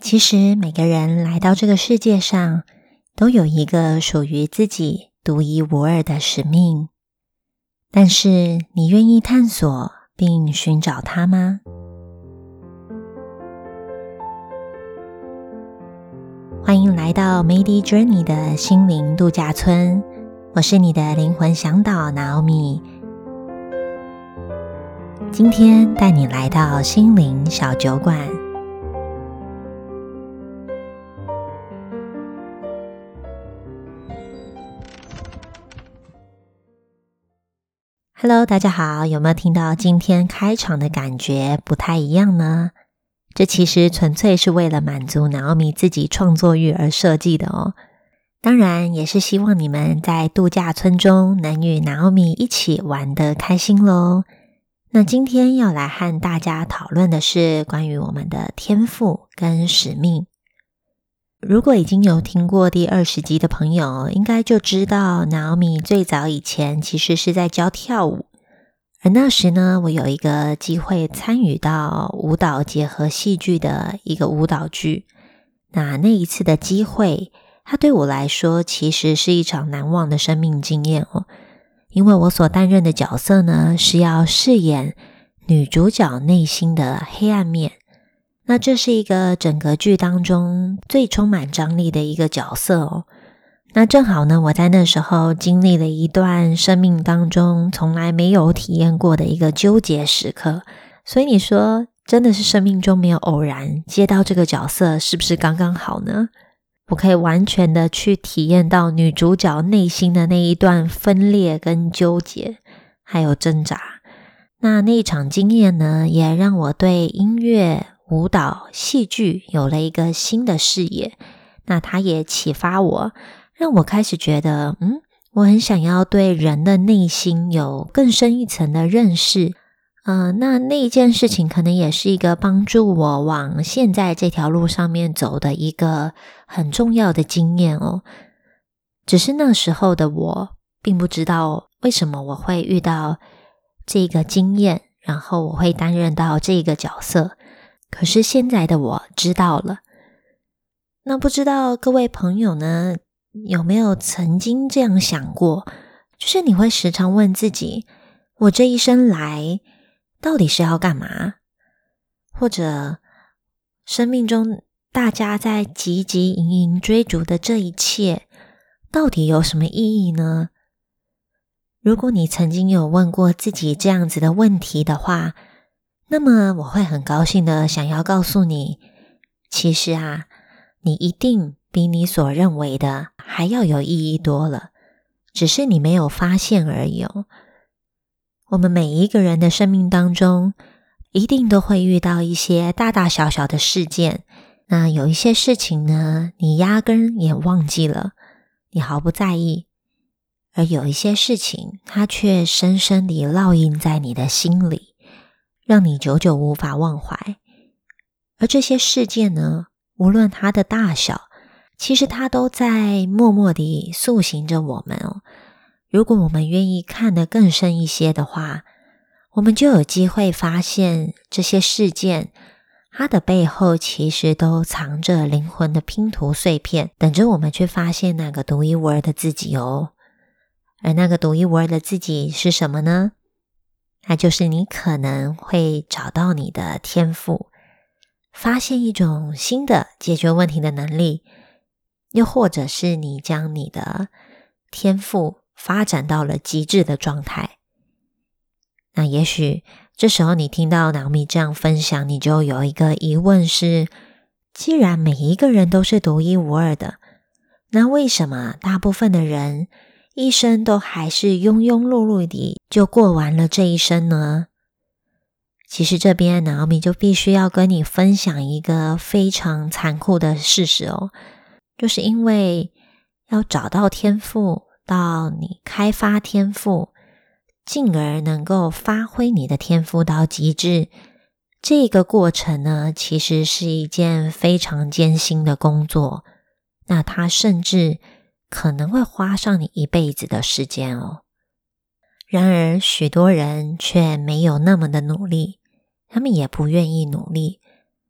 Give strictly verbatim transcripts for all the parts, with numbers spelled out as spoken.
其实每个人来到这个世界上，都有一个属于自己独一无二的使命。但是你愿意探索并寻找它吗？欢迎来到 Medi Journey 的心灵度假村，我是你的灵魂向导 Naomi。今天带你来到心灵小酒馆。Hello， 大家好，有没有听到今天开场的感觉不太一样呢？这其实纯粹是为了满足 Naomi 自己创作欲而设计的哦。当然也是希望你们在度假村中能与 Naomi 一起玩得开心咯。那今天要来和大家讨论的是关于我们的天赋跟使命。如果已经有听过第二十集的朋友，应该就知道 Naomi 最早以前其实是在教跳舞，而那时呢，我有一个机会参与到舞蹈结合戏剧的一个舞蹈剧。那那一次的机会，它对我来说其实是一场难忘的生命经验哦。因为我所担任的角色呢，是要饰演女主角内心的黑暗面。那这是一个整个剧当中最充满张力的一个角色哦。那正好呢，我在那时候经历了一段生命当中从来没有体验过的一个纠结时刻。所以你说，真的是生命中没有偶然接到这个角色，是不是刚刚好呢？我可以完全的去体验到女主角内心的那一段分裂跟纠结，还有挣扎。那那一场经验呢，也让我对音乐、舞蹈、戏剧有了一个新的视野。那它也启发我，让我开始觉得，嗯，我很想要对人的内心有更深一层的认识。呃，那那一件事情可能也是一个帮助我往现在这条路上面走的一个很重要的经验哦。只是那时候的我并不知道为什么我会遇到这个经验，然后我会担任到这个角色。可是现在的我知道了。那不知道各位朋友呢，有没有曾经这样想过，就是你会时常问自己，我这一生来到底是要干嘛？或者生命中大家在汲汲营营追逐的这一切到底有什么意义呢？如果你曾经有问过自己这样子的问题的话，那么我会很高兴的想要告诉你，其实啊，你一定比你所认为的还要有意义多了，只是你没有发现而已哦。我们每一个人的生命当中，一定都会遇到一些大大小小的事件。那有一些事情呢，你压根也忘记了，你毫不在意。而有一些事情，它却深深地烙印在你的心里，让你久久无法忘怀。而这些事件呢，无论它的大小，其实它都在默默地塑形着我们哦。如果我们愿意看得更深一些的话，我们就有机会发现这些事件，它的背后其实都藏着灵魂的拼图碎片，等着我们去发现那个独一无二的自己哦。而那个独一无二的自己是什么呢？那就是你可能会找到你的天赋，发现一种新的解决问题的能力，又或者是你将你的天赋发展到了极致的状态。那也许这时候你听到 Naomi 这样分享，你就有一个疑问是，既然每一个人都是独一无二的，那为什么大部分的人一生都还是庸庸碌碌地就过完了这一生呢？其实这边 Naomi 就必须要跟你分享一个非常残酷的事实哦，就是因为要找到天赋，到你开发天赋，进而能够发挥你的天赋到极致，这个过程呢，其实是一件非常艰辛的工作。那它甚至可能会花上你一辈子的时间哦。然而许多人却没有那么的努力，他们也不愿意努力，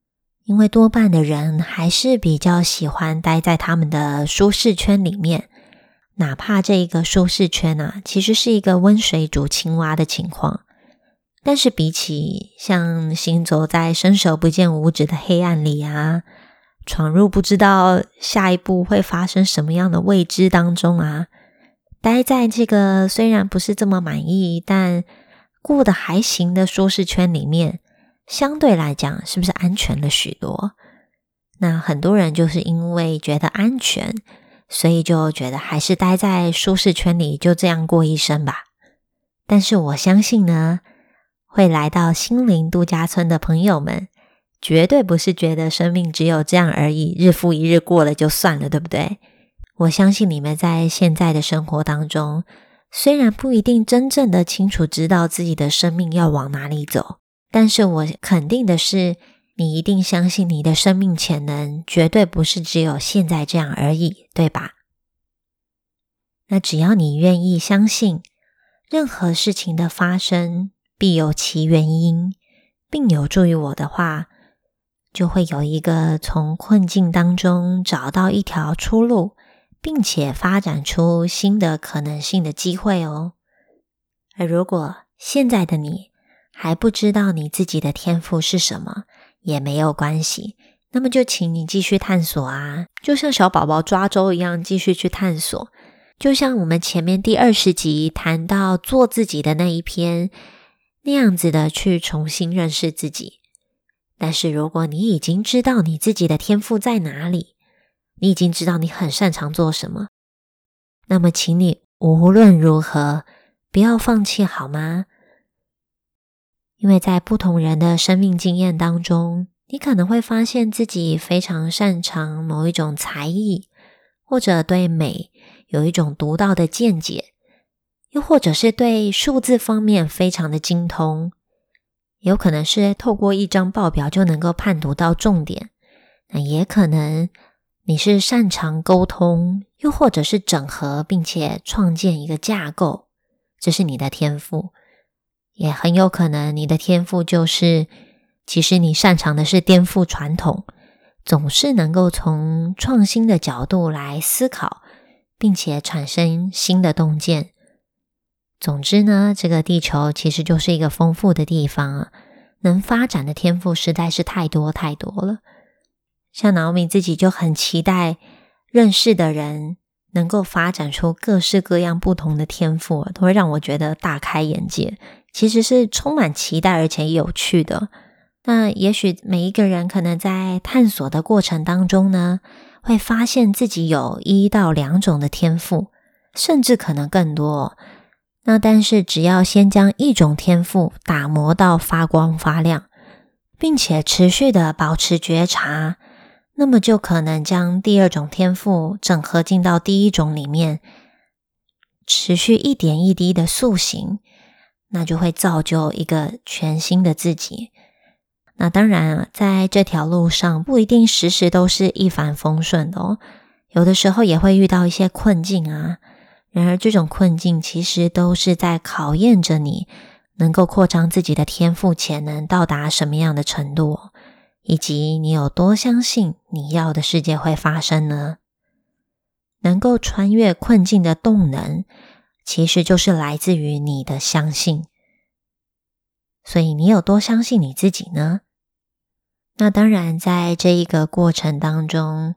因为多半的人还是比较喜欢待在他们的舒适圈里面，哪怕这一个舒适圈啊，其实是一个温水煮青蛙的情况。但是比起像行走在伸手不见五指的黑暗里啊，闯入不知道下一步会发生什么样的未知当中啊，待在这个虽然不是这么满意，但过得还行的舒适圈里面，相对来讲是不是安全了许多？那很多人就是因为觉得安全，所以就觉得还是待在舒适圈里，就这样过一生吧。但是我相信呢，会来到心灵度假村的朋友们，绝对不是觉得生命只有这样而已，日复一日过了就算了，对不对？我相信你们在现在的生活当中，虽然不一定真正的清楚知道自己的生命要往哪里走，但是我肯定的是，你一定相信你的生命潜能绝对不是只有现在这样而已，对吧？那只要你愿意相信，任何事情的发生必有其原因，并有助于我的话，就会有一个从困境当中找到一条出路，并且发展出新的可能性的机会哦。而如果现在的你还不知道你自己的天赋是什么，也没有关系，那么就请你继续探索啊，就像小宝宝抓周一样，继续去探索。就像我们前面第二十集谈到做自己的那一篇，那样子的去重新认识自己。但是如果你已经知道你自己的天赋在哪里，你已经知道你很擅长做什么，那么请你无论如何不要放弃好吗？因为在不同人的生命经验当中，你可能会发现自己非常擅长某一种才艺，或者对美有一种独到的见解，又或者是对数字方面非常的精通，有可能是透过一张报表就能够判读到重点，那也可能你是擅长沟通，又或者是整合并且创建一个架构，这是你的天赋。也很有可能你的天赋就是其实你擅长的是颠覆传统，总是能够从创新的角度来思考，并且产生新的洞见。总之呢，这个地球其实就是一个丰富的地方啊，能发展的天赋实在是太多太多了。像Naomi自己就很期待认识的人能够发展出各式各样不同的天赋，都会让我觉得大开眼界，其实是充满期待而且有趣的。那也许每一个人可能在探索的过程当中呢，会发现自己有一到两种的天赋，甚至可能更多。那但是只要先将一种天赋打磨到发光发亮，并且持续的保持觉察，那么就可能将第二种天赋整合进到第一种里面，持续一点一滴的塑形，那就会造就一个全新的自己。那当然啊，在这条路上不一定时时都是一帆风顺的哦，有的时候也会遇到一些困境啊。然而这种困境其实都是在考验着你能够扩张自己的天赋潜能到达什么样的程度哦，以及你有多相信你要的世界会发生呢？能够穿越困境的动能，其实就是来自于你的相信。所以你有多相信你自己呢？那当然，在这一个过程当中，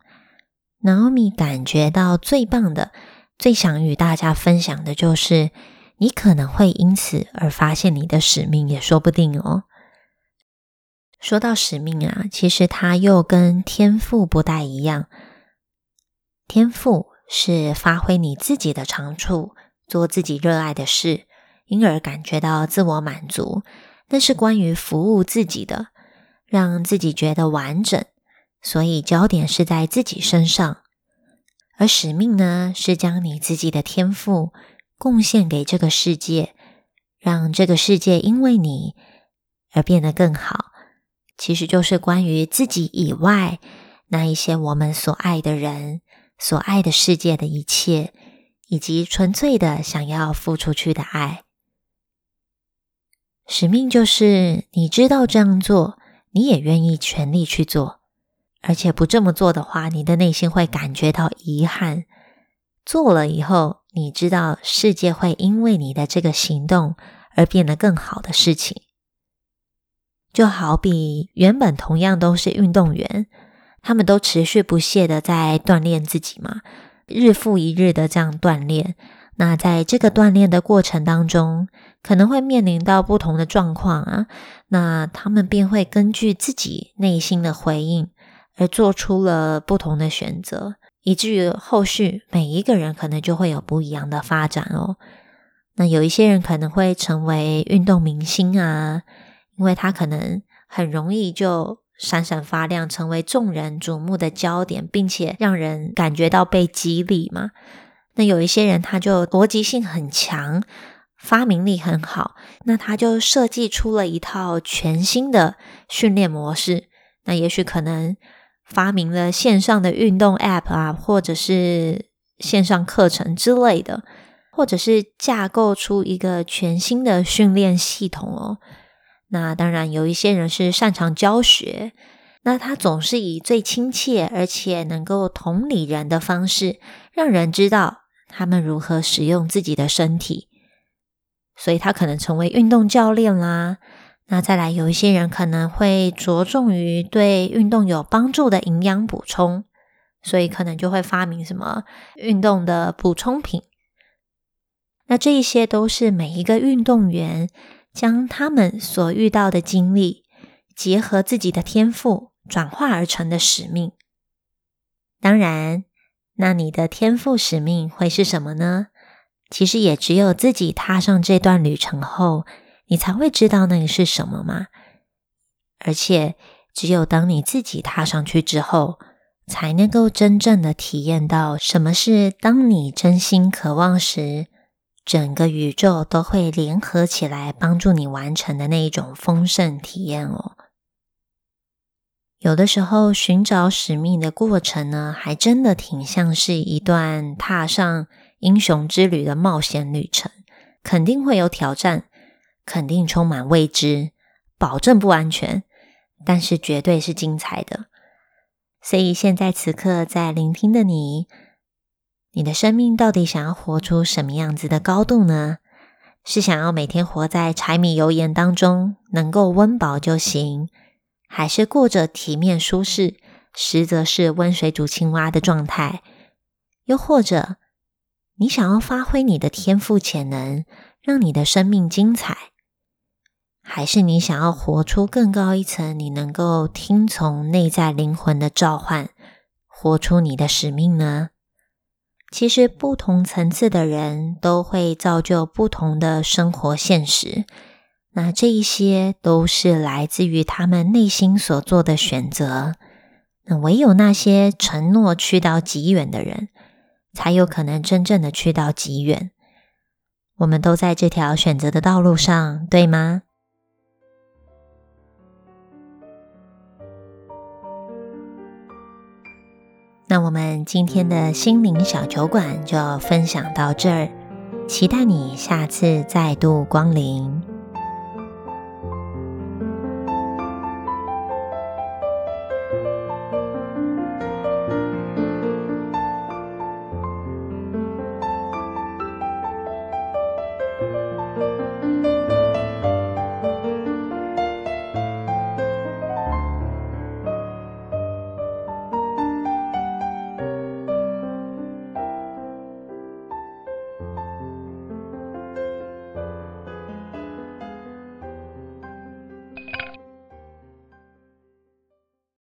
Naomi 感觉到最棒的，最想与大家分享的就是，你可能会因此而发现你的使命，也说不定哦。说到使命啊，其实它又跟天赋不太一样。天赋是发挥你自己的长处，做自己热爱的事，因而感觉到自我满足，那是关于服务自己的，让自己觉得完整，所以焦点是在自己身上。而使命呢，是将你自己的天赋贡献给这个世界，让这个世界因为你而变得更好。其实就是关于自己以外那一些我们所爱的人，所爱的世界的一切，以及纯粹的想要付出去的爱。使命就是你知道这样做，你也愿意全力去做， 而且不这么做的话，你的内心会感觉到遗憾。做了以后，你知道世界会因为你的这个行动而变得更好的事情。就好比原本同样都是运动员，他们都持续不懈的在锻炼自己嘛，日复一日的这样锻炼。那在这个锻炼的过程当中，可能会面临到不同的状况啊，那他们便会根据自己内心的回应而做出了不同的选择，以至于后续每一个人可能就会有不一样的发展哦。那有一些人可能会成为运动明星啊，因为他可能很容易就闪闪发亮，成为众人瞩目的焦点，并且让人感觉到被激励嘛。那有一些人他就逻辑性很强，发明力很好，那他就设计出了一套全新的训练模式，那也许可能发明了线上的运动 App 啊，或者是线上课程之类的，或者是架构出一个全新的训练系统哦。那当然有一些人是擅长教学，那他总是以最亲切而且能够同理人的方式，让人知道他们如何使用自己的身体，所以他可能成为运动教练啦。那再来有一些人可能会着重于对运动有帮助的营养补充，所以可能就会发明什么运动的补充品。那这一些都是每一个运动员将他们所遇到的经历结合自己的天赋转化而成的使命。当然，那你的天赋使命会是什么呢？其实也只有自己踏上这段旅程后，你才会知道那个是什么嘛。而且只有当你自己踏上去之后，才能够真正的体验到什么是当你真心渴望时，整个宇宙都会联合起来帮助你完成的那一种丰盛体验哦。有的时候寻找使命的过程呢，还真的挺像是一段踏上英雄之旅的冒险旅程，肯定会有挑战，肯定充满未知，保证不安全，但是绝对是精彩的。所以现在此刻在聆听的你，你的生命到底想要活出什么样子的高度呢？是想要每天活在柴米油盐当中，能够温饱就行，还是过着体面舒适，实则是温水煮青蛙的状态？又或者你想要发挥你的天赋潜能，让你的生命精彩？还是你想要活出更高一层，你能够听从内在灵魂的召唤，活出你的使命呢？其实不同层次的人都会造就不同的生活现实，那这一些都是来自于他们内心所做的选择。那唯有那些承诺去到极远的人，才有可能真正的去到极远。我们都在这条选择的道路上，对吗？那我们今天的心灵小酒馆就分享到这儿，期待你下次再度光临。